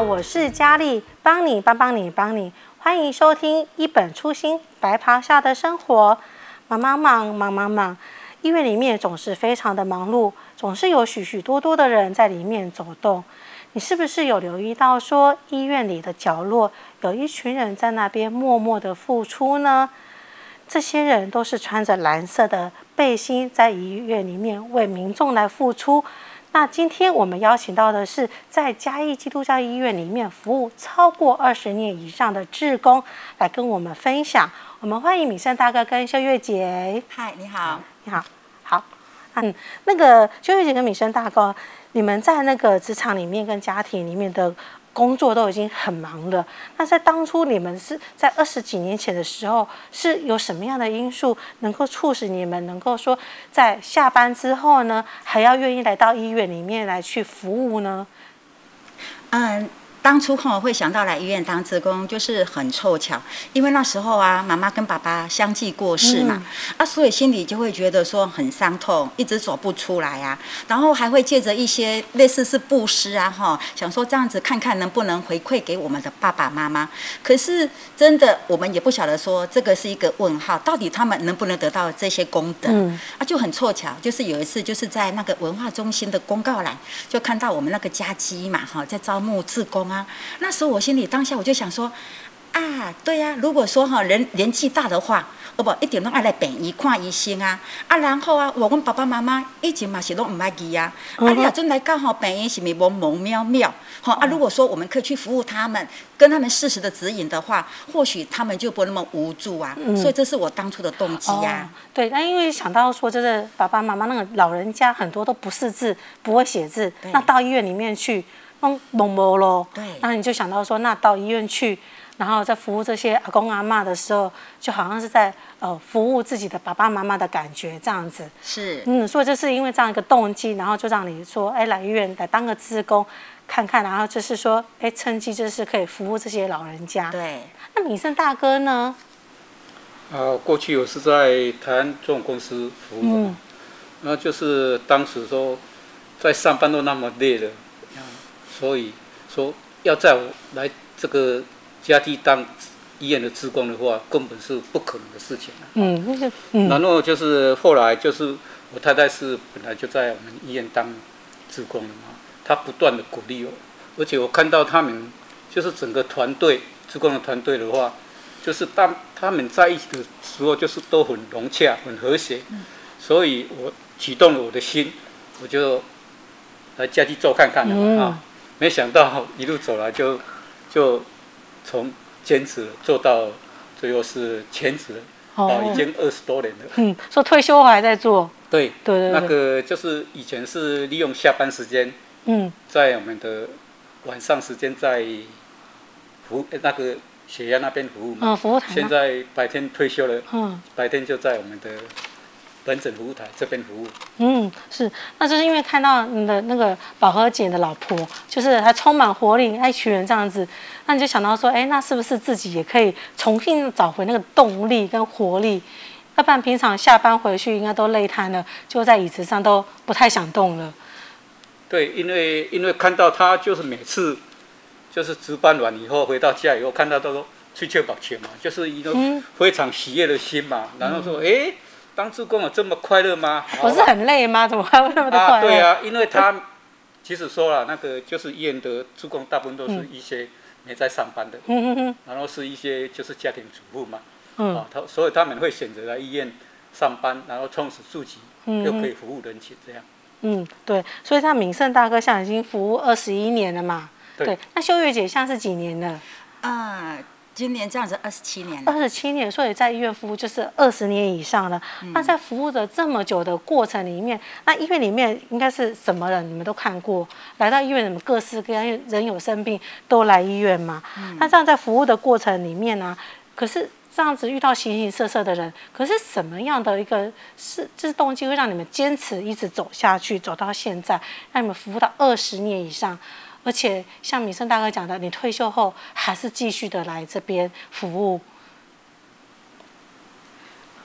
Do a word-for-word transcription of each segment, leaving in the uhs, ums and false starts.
我是佳丽，帮你帮帮你帮你，欢迎收听一本初心白袍下的生活。忙忙忙忙忙忙，医院里面总是非常的忙碌，总是有许许多多的人在里面走动。你是不是有留意到说，医院里的角落有一群人在那边默默的付出呢？这些人都是穿着蓝色的背心，在医院里面为民众来付出。那今天我们邀请到的是在嘉义基督教医院里面服务超过二十年以上的志工，来跟我们分享。我们欢迎敏盛大哥跟秀月姐。 嗨，你好， 你好，好，嗯，那个秀月姐跟敏盛大哥，你们在那个职场里面跟家庭里面的工作都已经很忙了。那在当初你们是在二十几年前的时候，是有什么样的因素能够促使你们能够说在下班之后呢，还要愿意来到医院里面来去服务呢？ 嗯。当初哈会想到来医院当志工，就是很凑巧，因为那时候啊，妈妈跟爸爸相继过世嘛，嗯、啊，所以心里就会觉得说很伤痛，一直走不出来啊。然后还会借着一些类似是布施啊，哈，想说这样子看看能不能回馈给我们的爸爸妈妈。可是真的，我们也不晓得说这个是一个问号，到底他们能不能得到这些功德？嗯、啊，就很凑巧，就是有一次就是在那个文化中心的公告栏，就看到我们那个家基嘛，哈，在招募志工。那时候我心里当下我就想说，啊，对呀、啊，如果说哈人年纪大的话，我不一定都爱来病医看医生啊，啊，然后啊，我跟爸爸妈妈以前嘛是都唔爱去啊，啊，你若真来刚好病医是咪懵懵妙妙，好啊，如果说我们可以去服务他们，跟他们适时的指引的话，或许他们就不会那么无助啊，嗯、所以这是我当初的动机啊。 哦、对，那因为想到说，就是爸爸妈妈那个老人家很多都不识字，不会写字，那到医院里面去。懵懵懵咯，对，那你就想到说，那到医院去，然后在服务这些阿公阿嬷的时候，就好像是在呃服务自己的爸爸妈妈的感觉这样子。 是， 嗯，所以就是因为这样一个动机，然后就让你说，哎，来医院来当个志工看看，然后就是说，哎，趁机就是可以服务这些老人家。 对， 那敏盛大哥呢？ 呃，过去我是在台湾这种公司服务，嗯，然后就是当时说在上班都那么累了。所以说，要在我来这个嘉义当医院的志工的话，根本是不可能的事情、啊。嗯，那是。嗯。然后就是后来就是我太太是本来就在我们医院当志工的嘛，她不断的鼓励我，而且我看到他们就是整个团队志工的团队的话，就是当他们在一起的时候，就是都很融洽、很和谐，嗯、所以我启动了我的心，我就来嘉义做看看了、嗯、啊。没想到一路走来就就从兼职做到最后是全职了，哦，已经二十多年了。 嗯，说退休还在做。 对对 对, 对。那个就是以前是利用下班时间，嗯，在我们的晚上时间在服那个血压那边服务嘛。嗯， 服务台。 现在白天退休了，嗯，白天就在我们的本诊服务台这边服务。 嗯，是，那就是因为看到你的那个宝和姐的老婆，就是还充满活力，一群人这样子，那你就想到说，哎，那是不是自己也可以重新找回那个动力跟活力？要不然平常下班回去应该都累瘫了，就在椅子上都不太想动了。 对，因为因为看到他就是每次就是值班完以后回到家以后，看到都吹吹保球嘛，就是一种非常喜悦的心嘛，嗯、然后说，哎。当志工有这么快乐吗？ 不是很累吗？怎么还会那么的快乐？ 啊，对啊，因为他其实说了，那个就是医院的志工，大部分都是一些没在上班的，嗯嗯然后是一些就是家庭主妇嘛，嗯，啊，他所以他们会选择来医院上班，然后充实自己，嗯、又可以服务人群这样。 嗯，对，所以像敏盛大哥像已经服务二十一年了嘛，对，对那秀月姐像是几年了？ 啊。今年这样子二十七年了， 二十七年，所以在医院服务就是二十年以上了。嗯、那在服务的这么久的过程里面，那医院里面应该是什么人？你们都看过，来到医院，你们各式各样人有生病都来医院嘛。嗯、那这样在服务的过程里面呢、啊，可是这样子遇到形形色色的人，可是什么样的一个是就是动机会让你们坚持一直走下去，走到现在，让你们服务到二十年以上？而且像敏盛大哥讲的，你退休后还是继续的来这边服务。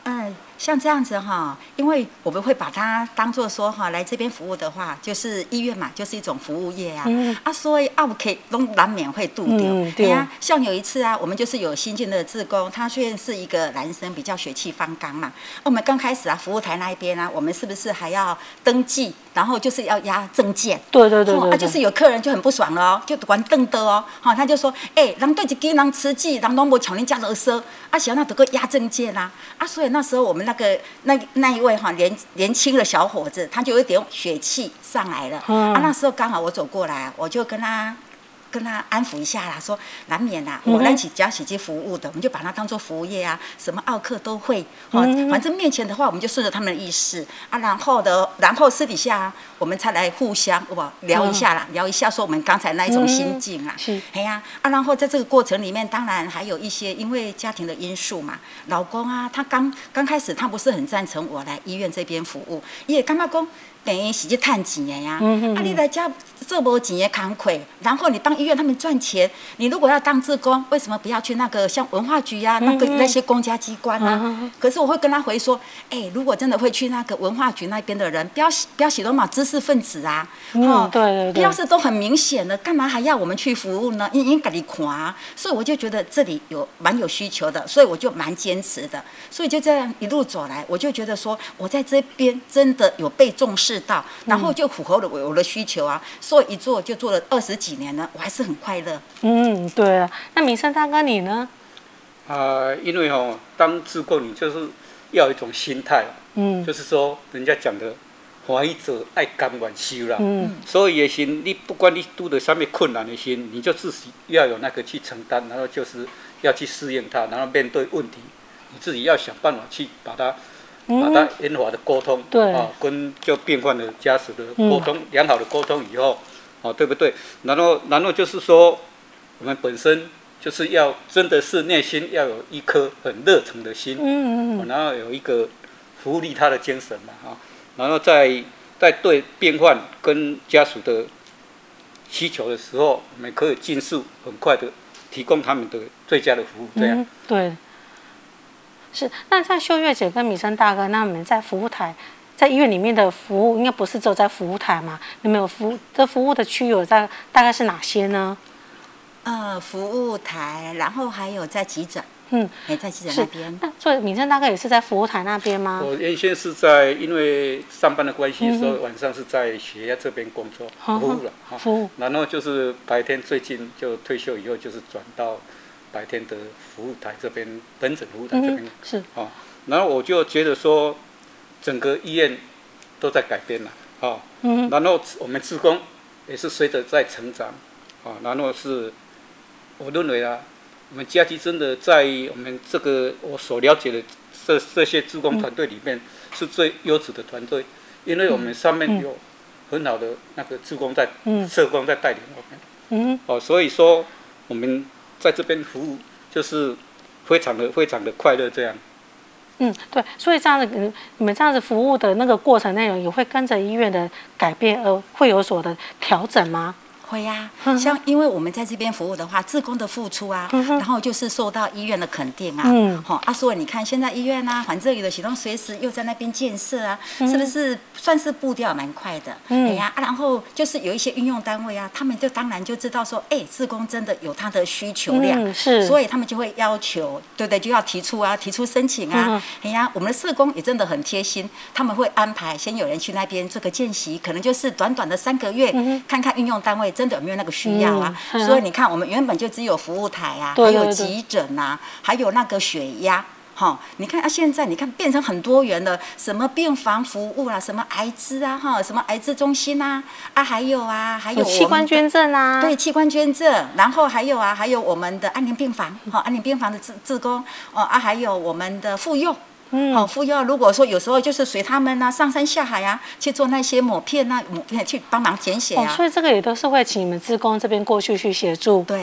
嗯，像这样子哈，因为我们会把它当做说哈，来这边服务的话，就是医院嘛，就是一种服务业啊。嗯、啊，所以啊，可以都难免会度掉。嗯，对啊。像有一次啊，我们就是有新进的志工，他虽然是一个男生，比较血气方刚嘛。我们刚开始啊，服务台那一边啊，我们是不是还要登记，然后就是要押证件？ 对对 对, 对, 对、哦、 啊，就是有客人就很不爽了哦，就玩瞪的哦，哈、哦，他就说，哎、欸，人对一支人吃鸡，人拢无像恁家垃圾，啊，想那得个押证件啦、啊，啊，所以那时候我们那个那那一位哈年年轻的小伙子，他就有点血气上来了，嗯、啊，那时候刚好我走过来，我就跟他。跟他安抚一下啦，说难免啦，我们起家洗机服务的，我们就把它当做服务业啊，什么奥客都会，哦，反正面前的话，我们就顺着他们的意思啊，然后的，然后私底下、啊、我们才来互相哇聊一下啦，聊一下说我们刚才那一种心境啊，是，哎呀，啊，然后在这个过程里面，当然还有一些因为家庭的因素嘛，老公啊，他刚刚开始他不是很赞成我来医院这边服务，也干嘛讲？等于是去赚钱的呀、嗯，啊，你来家做无钱的工课，然后你帮医院他们赚钱，你如果要当志工，为什么不要去那个像文化局啊，那个那些公家机关啊？嗯、可是我会跟他回说，哎、欸，如果真的会去那个文化局那边的人，不要不要写都嘛知识分子啊， 嗯，对对对， 要是都很明显的，干嘛还要我们去服务呢？因因给你看啊，所以我就觉得这里有蛮有需求的，所以我就蛮坚持的，所以就这样一路走来，我就觉得说我在这边真的有被重视。到，然后就符合了我的需求啊，所以一做就做了二十几年了，我还是很快乐。 嗯，对啊。那明生大哥你呢？ 啊、呃，因为哦，当志工你就是要有一种心态，嗯，就是说人家讲的欢喜者爱甘愿受啦，嗯，所以的心，你不管你遇到什么困难的心，你就自己要有那个去承担，然后就是要去适应它，然后面对问题，你自己要想办法去把它。把它圆滑的沟通， 对啊，跟就病患的家属的沟通、嗯、良好的沟通以后，啊，对不对？然后，然后就是说，我们本身就是要真的是内心要有一颗很热诚的心，嗯嗯，然后有一个服务利他的精神嘛，啊，然后在在对病患跟家属的需求的时候，我们可以尽速很快的提供他们的最佳的服务，这样、嗯、 对。是，那在秀月姐跟米生大哥，那你们在服务台，在医院里面的服务，应该不是只有在服务台嘛？你们有服务这服务的区有在大概是哪些呢？ 呃，服务台，然后还有在急诊，嗯，也在急诊那边。 那所以米生大哥也是在服务台那边吗？ 我原先是在因为上班的关系，嗯、所以晚上是在血压这边工作、嗯、服务了哈。服务。然后就是白天最近就退休以后，就是转到。白天的服务台这边，本诊服务台这边、嗯、 是哦，然后我就觉得说，整个医院都在改变了哦，嗯，然后我们志工也是随着在成长，啊，然后是，我认为啊，我们嘉基真的在我们这个我所了解的这这些志工团队里面、嗯、是最优质的团队，因为我们上面有很好的那个志工在，嗯，社工在带领我们，嗯，哦，所以说我们。在这边服务就是非常的非常的快乐，这样。 嗯，对，所以这样子，你们这样子服务的那个过程内容也会跟着医院的改变而会有所的调整吗？ 会呀、啊，像因为我们在这边服务的话，志工的付出啊，嗯、然后就是受到医院的肯定啊，嗯，好、哦、啊，所以你看现在医院啊，反正有的启动随时又在那边建设啊，嗯、是不是算是步调蛮快的？嗯，哎呀、啊，然后就是有一些运用单位啊，他们就当然就知道说，哎，志工真的有他的需求量，嗯、是，所以他们就会要求，对不对？就要提出啊，提出申请啊，嗯、哎呀，我们的社工也真的很贴心，他们会安排先有人去那边做个见习，可能就是短短的三个月，嗯、看看运用单位。真的有没有那个需要啊？嗯、所以你看，我们原本就只有服务台啊， 对对对还有急诊啊，还有那个血压。哈，你看啊，现在你看变成很多元了，什么病房服务啦、啊，什么艾滋啊，哈，什么艾滋中心啊，啊，还有啊，还有器官捐赠啊， 对，器官捐赠，然后还有啊，还有我们的安宁病房，哈，安宁病房的志志工，哦啊，还有我们的妇幼。嗯，好、哦，妇幼如果说有时候就是随他们啊上山下海啊去做那些抹片啊抹片去帮忙填写啊、 哦，所以这个也都是会请你们志工这边过去去协助。 对，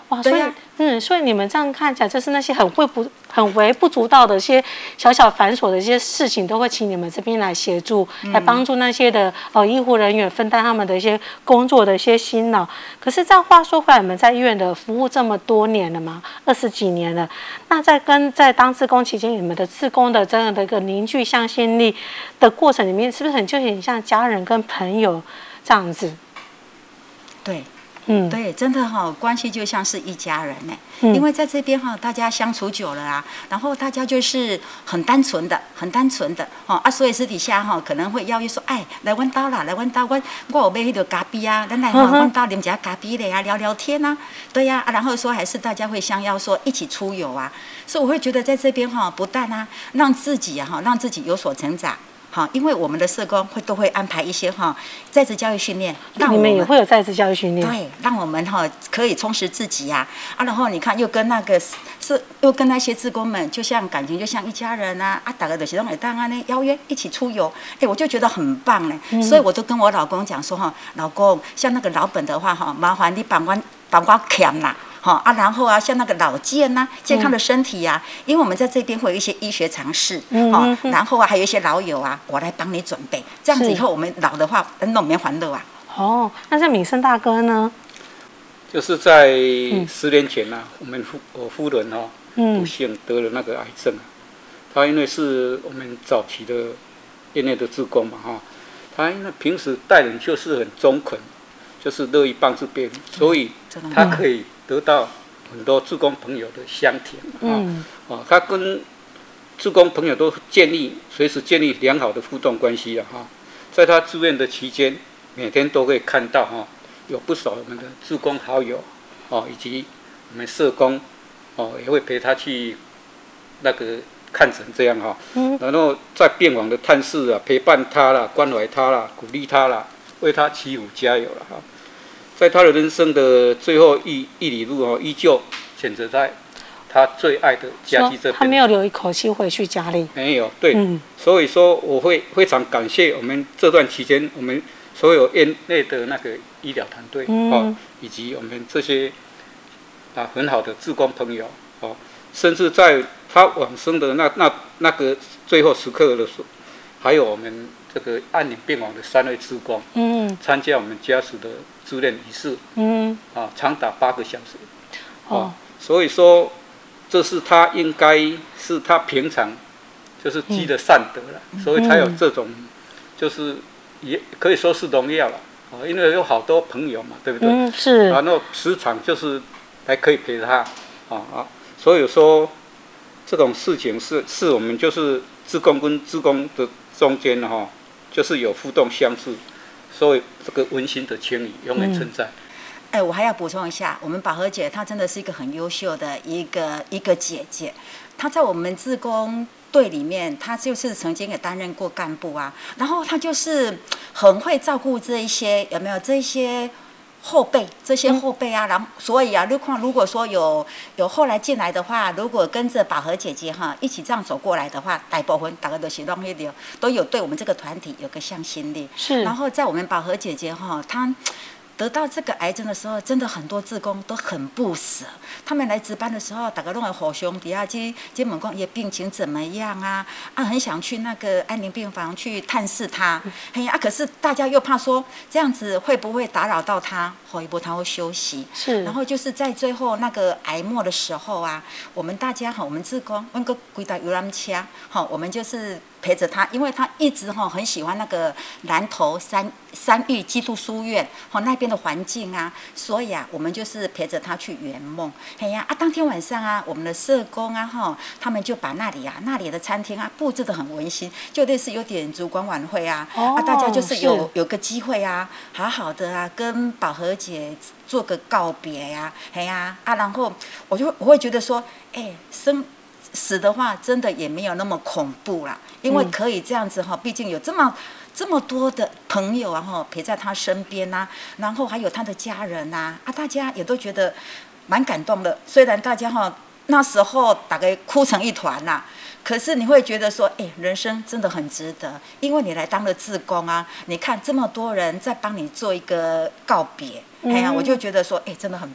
哇，所以、 啊、 嗯，所以你们这样看起来，就是那些很微不很微不足道的一些小小繁琐的一些事情，都会请你们这边来协助，嗯、来帮助那些的呃医护人员分担他们的一些工作的一些辛劳。可是这样话说回来，你们在医院的服务这么多年了嘛，二十几年了，那在跟在当志工期间，你们的志工的这样的一个凝聚向心力的过程里面，是不是很就很像家人跟朋友这样子？ 对。 嗯， 对，真的哈、哦，关系就像是一家人呢。嗯、因为在这边哈、哦，大家相处久了啊，然后大家就是很单纯的，很单纯的哈、哦、啊，所以私底下哈、哦、可能会邀约说，哎，来阮家啦，来阮家，我我有买迄个咖啡啊，咱来哈阮家啉一下咖啡嘞啊，聊聊天啊，对呀、啊，然后说还是大家会相邀说一起出游啊，所以我会觉得在这边哈、哦，不但啊让自己啊哈让自己有所成长。好，因为我们的社工会都会安排一些哈在职教育训练， 让你们也会有在职教育训练， 对，让我们哈可以充实自己呀、啊，啊，然后你看又跟那个是又跟那些志工们，就像感情就像一家人啊，啊，大家就是拢会当安尼邀约一起出游，哎，我就觉得很棒嘞、嗯，所以我都跟我老公讲说哈，老公像那个老本的话哈，麻烦你帮我帮我欠啦。好啊，然后啊，像那个老健呐、啊，健康的身体呀、啊嗯，因为我们在这边会有一些医学常识，嗯嗯嗯，然后啊，还有一些老友啊，我来帮你准备，这样子以后我们老的话，弄免欢乐啊。 哦，那像敏盛大哥呢？ 就是在十年前啊，嗯、我们夫我夫人哦，不幸得了那个癌症，他因为是我们早期的院内的志工嘛哈，他因为平时待人就是很中肯，就是乐意帮助别人，所以他可以得到很多志工朋友的香甜啊、嗯哦，他跟志工朋友都建立随时建立良好的互动关系啊哈，在他住院的期间，每天都会看到哈、哦，有不少我们的志工好友哦，以及我们社工哦，也会陪他去那个看诊这样哈、哦嗯，然后在病房的探视啊，陪伴他啦，关怀他啦，鼓励他啦，为他祈福加油了哈。在他的人生的最后一一里路哦，依旧选择在他最爱的家居这边。 他没有留一口气回去家里。 没有，对， 嗯、 所以说我会非常感谢我们这段期间我们所有院内的那个医疗团队、嗯、哦，以及我们这些啊很好的志工朋友哦，甚至在他往生的那那那个最后时刻的时候，还有我们这个安宁病房的三位志工，嗯，参加我们家属的住院仪式，嗯，啊，长达八个小时，哦，所以说这是他应该是他平常就是积的善德了、嗯，所以才有这种，就是也可以说是荣耀了，哦，因为有好多朋友嘛，对不对？ 嗯，是。 然后时常就是还可以陪他，啊啊，所以说这种事情是是我们就是志工跟志工的中间哈、哦，就是有互动相似。所以这个温馨的情谊永远存在。 哎、嗯欸，我还要补充一下，我们宝和姐她真的是一个很优秀的一个一个姐姐，她在我们志工队里面，她就是曾经也担任过干部啊，然后她就是很会照顾这一些有没有这一些后辈，这些后辈啊，然后所以啊，如果如果说有有后来进来的话，如果跟着宝和姐姐哈一起这样走过来的话，大部分大家都是拢一流，都有对我们这个团体有个向心力。 是。 然后在我们宝和姐姐哈，她得到这个癌症的时候，真的很多志工都很不舍。他们来值班的时候，大家都会互相底下去去问讲，伊病情怎么样啊？啊，很想去那个安宁病房去探视他。嘿啊，可是大家又怕说这样子会不会打扰到他，或一波他会休息。 是。 然后就是在最后那个癌末的时候啊，我们大家哈，我们志工那个几台游览车，哈，我们就是陪着他，因为他一直哈很喜欢那个南投三三育基督书院，哈那边的环境啊，所以啊，我们就是陪着他去圆梦。嘿呀啊，当天晚上啊，我们的社工啊，哈，他们就把那里啊，那里的餐厅啊布置得很温馨，就类似有点烛光晚会啊，哦、啊，大家就是有是有个机会啊，好好的啊，跟宝和姐做个告别呀、啊，嘿呀啊，然后我就我会觉得说，哎、欸，生。死的话，真的也没有那么恐怖啦，因为可以这样子哈，毕竟有这么这么多的朋友啊哈陪在他身边呐、啊，然后还有他的家人呐、啊，啊，大家也都觉得蛮感动的。虽然大家哈那时候大概哭成一团呐、啊，可是你会觉得说，哎、欸，人生真的很值得，因为你来当了志工啊，你看这么多人在帮你做一个告别，哎呀、嗯，我就觉得说，哎、欸，真的很棒。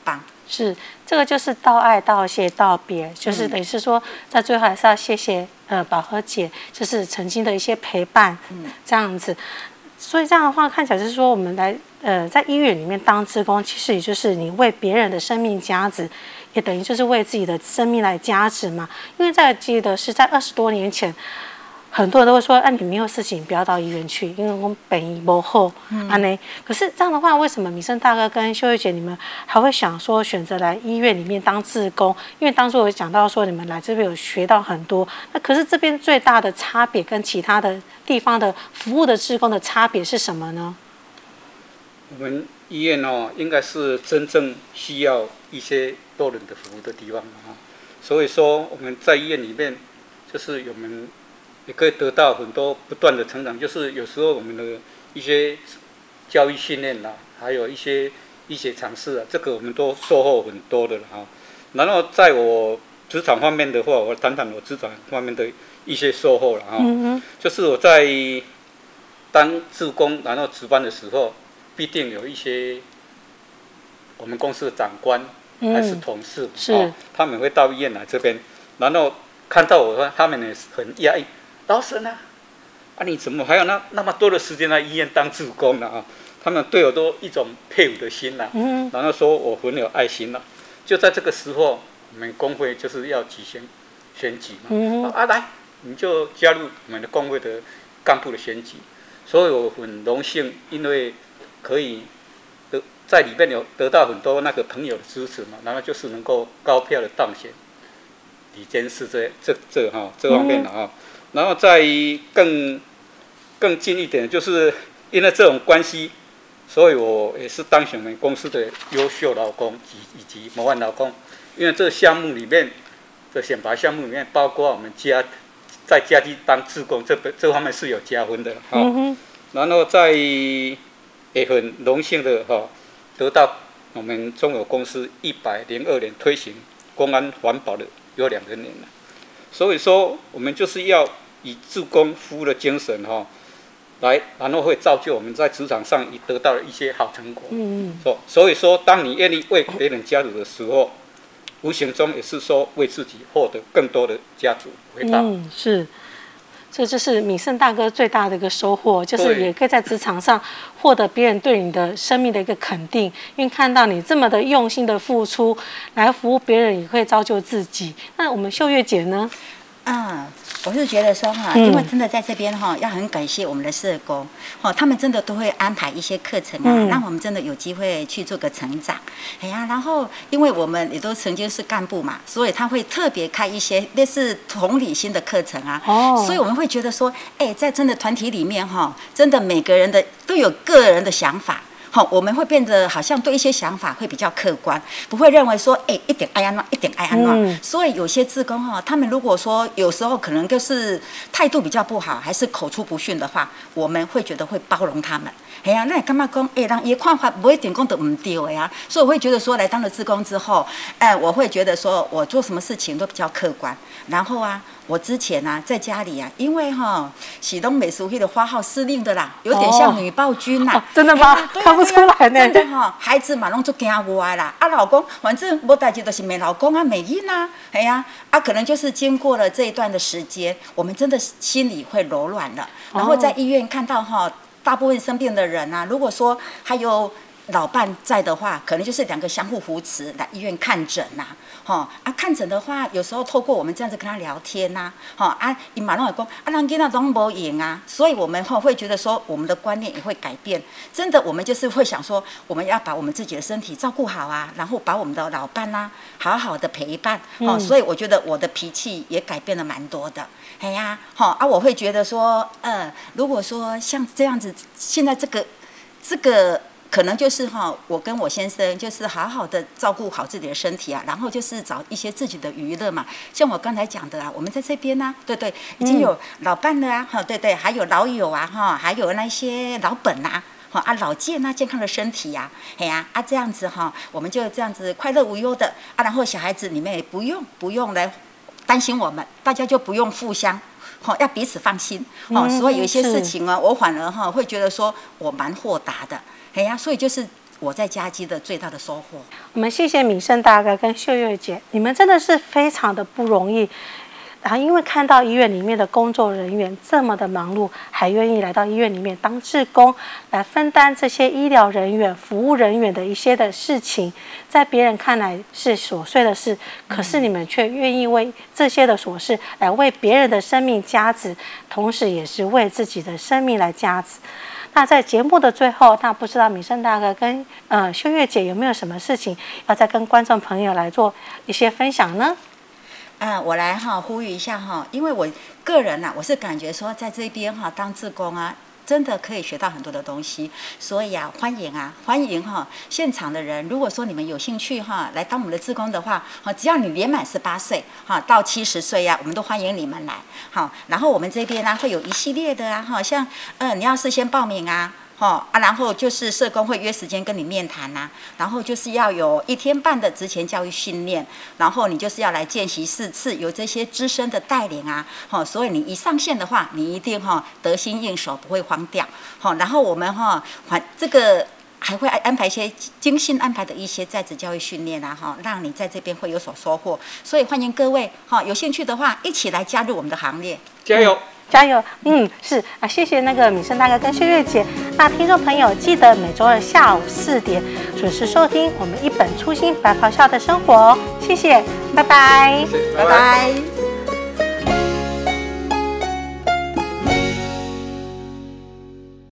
是，这个就是道爱、道谢、道别，就是等于是说，在最后还是要谢谢呃宝和姐，就是曾经的一些陪伴，嗯，这样子。所以这样的话，看起来就是说，我们来呃在医院里面当志工，其实也就是你为别人的生命加值，也等于就是为自己的生命来加值嘛。因为在记得是在二十多年前。很多人都会说，啊，你没有事情不要到医院去，因为我们本医不好，安内。可是这样的话，为什么米生大哥跟秀玉姐你们还会想说选择来医院里面当志工？因为当初我讲到说你们来这边有学到很多，那可是这边最大的差别跟其他的地方的服务的志工的差别是什么呢？ 我们医院哦，应该是真正需要一些多人的服务的地方啊，所以说我们在医院里面就是我们。也可以得到很多不断的成长，就是有时候我们的一些教育训练啦，还有一些医学常识啊，这个我们都收获很多的了哈。然后在我职场方面的话，我谈谈我职场方面的一些收获了哈。嗯、就是我在当志工然后值班的时候，必定有一些我们公司的长官还是同事，嗯、是他们会到医院来这边，然后看到我，他们也很讶异。老沈啊，啊你怎么还有那那么多的时间在医院当志工呢？啊，他们对我都一种佩服的心呐、啊，嗯、然后说我很有爱心了、啊。就在这个时候，我们工会就是要举行选举嘛，嗯、啊来，你就加入我们的工会的干部的选举。所以我很荣幸，因为可以得在里面有得到很多那个朋友的支持嘛，然后就是能够高票的当选理监事这这这哈、哦、这方面的啊。嗯然后再更更近一点，就是因为这种关系，所以我也是当选我们公司的优秀劳工以以及模范劳工。因为这个项目里面的选拔项目里面，包括我们家在家居当志工这这方面是有加分的哈、嗯。然后再也很荣幸的哈，得到我们中油公司一百零二年推行公安环保的有两个年了。所以说，我们就是要以志工服务的精神哈，来，然后会造就我们在职场上也得到了一些好成果。嗯嗯。所以说，当你愿意为别人加入的时候，无形中也是说为自己获得更多的家族回报。 嗯，是。这就是米盛大哥最大的一个收获，就是也可以在职场上获得别人对你的生命的一个肯定，因为看到你这么的用心的付出来服务别人，也会造就自己。那我们秀月姐呢？ 啊，我是觉得说哈，因为真的在这边哈，要很感谢我们的社工，哈，他们真的都会安排一些课程啊，嗯、让我们真的有机会去做个成长。哎呀，然后因为我们也都曾经是干部嘛，所以他会特别开一些类似同理心的课程啊。哦。所以我们会觉得说，哎，在真的团体里面哈，真的每个人的都有个人的想法。好，我们会变得好像对一些想法会比较客观，不会认为说，哎、欸，一点爱安乱，一点爱安乱。嗯、所以有些志工哈，他们如果说有时候可能就是态度比较不好，还是口出不逊的话，我们会觉得会包容他们。哎呀、啊，那你干嘛讲？哎、欸，让也看法不会点讲都唔对呀。所以我会觉得说，来当了志工之后，哎、呃，我会觉得说我做什么事情都比较客观。然后啊，我之前啊在家里啊，因为哈喜东美术会的花号司令的啦，有点像女暴君呐、 哦哦。真的吗？啊、看不出来呢。 真的哈、哦，孩子嘛拢做惊我啦。啊，老公反正无代志就是美老公啊，美英啊，哎呀，啊可能就是经过了这一段的时间，我们真的心里会柔软了。然后在医院看到哈。大部分生病的人啊，如果说还有老伴在的话，可能就是两个相互扶持来医院看诊呐、啊。吼啊，看诊的话，有时候透过我们这样子跟他聊天呐、啊，吼啊，伊马龙也讲啊，人囡仔拢无用啊，所以我们吼会觉得说，我们的观念也会改变。真的，我们就是会想说，我们要把我们自己的身体照顾好啊，然后把我们的老伴啊，好好的陪伴。哦、嗯，所以我觉得我的脾气也改变了蛮多的。哎呀，好啊，我会觉得说，呃，如果说像这样子，现在这个这个。可能就是哈，我跟我先生就是好好的照顾好自己的身体啊，然后就是找一些自己的娱乐嘛。像我刚才讲的啊，我们在这边呢、啊，对对，已经有老伴了啊，哈、嗯，对对，还有老友啊，哈，还有那些老本啊，哈啊老健啊，健康的身体呀、啊，哎呀啊这样子哈，我们就这样子快乐无忧的啊，然后小孩子你们也不用不用来担心我们，大家就不用互相。哦，要彼此放心哦，嗯、所以有一些事情啊，我反而哈会觉得说我蛮豁达的，哎呀，所以就是我在家鸡的最大的收获。 我们谢谢敏盛大哥跟秀月姐，你们真的是非常的不容易。然后因为看到医院里面的工作人员这么的忙碌，还愿意来到医院里面当志工，来分担这些医疗人员、服务人员的一些的事情，在别人看来是琐碎的事，可是你们却愿意为这些的琐事来为别人的生命加值，同时也是为自己的生命来加值。那在节目的最后，那不知道敏盛大哥跟呃秀月姐有没有什么事情要再跟观众朋友来做一些分享呢？ 嗯，我来哈呼吁一下哈，因为我个人呐、啊，我是感觉说在这边哈当志工啊，真的可以学到很多的东西，所以啊，欢迎啊，欢迎哈现场的人，如果说你们有兴趣哈来当我们的志工的话，哈，只要你年满十八岁哈到七十岁呀、啊，我们都欢迎你们来。好，然后我们这边呢、啊、会有一系列的啊哈，像呃你要事先报名啊。哦啊，然后就是社工会约时间跟你面谈呐、啊，然后就是要有一天半的职前教育训练，然后你就是要来见习四次，有这些资深的带领啊，哦，所以你一上线的话，你一定哈、哦、得心应手，不会慌掉，好、哦，然后我们哈、哦、这个还会安排一些精心安排的一些在职教育训练啊，哈，让你在这边会有所收获，所以欢迎各位哈、哦、有兴趣的话，一起来加入我们的行列， 加油！ 嗯加油！嗯，是啊，谢谢那个敏盛大哥跟秀月姐。那听众朋友记得每周二下午四点准时收听我们一本初心白袍下的生活哦。谢谢，拜拜， 拜拜。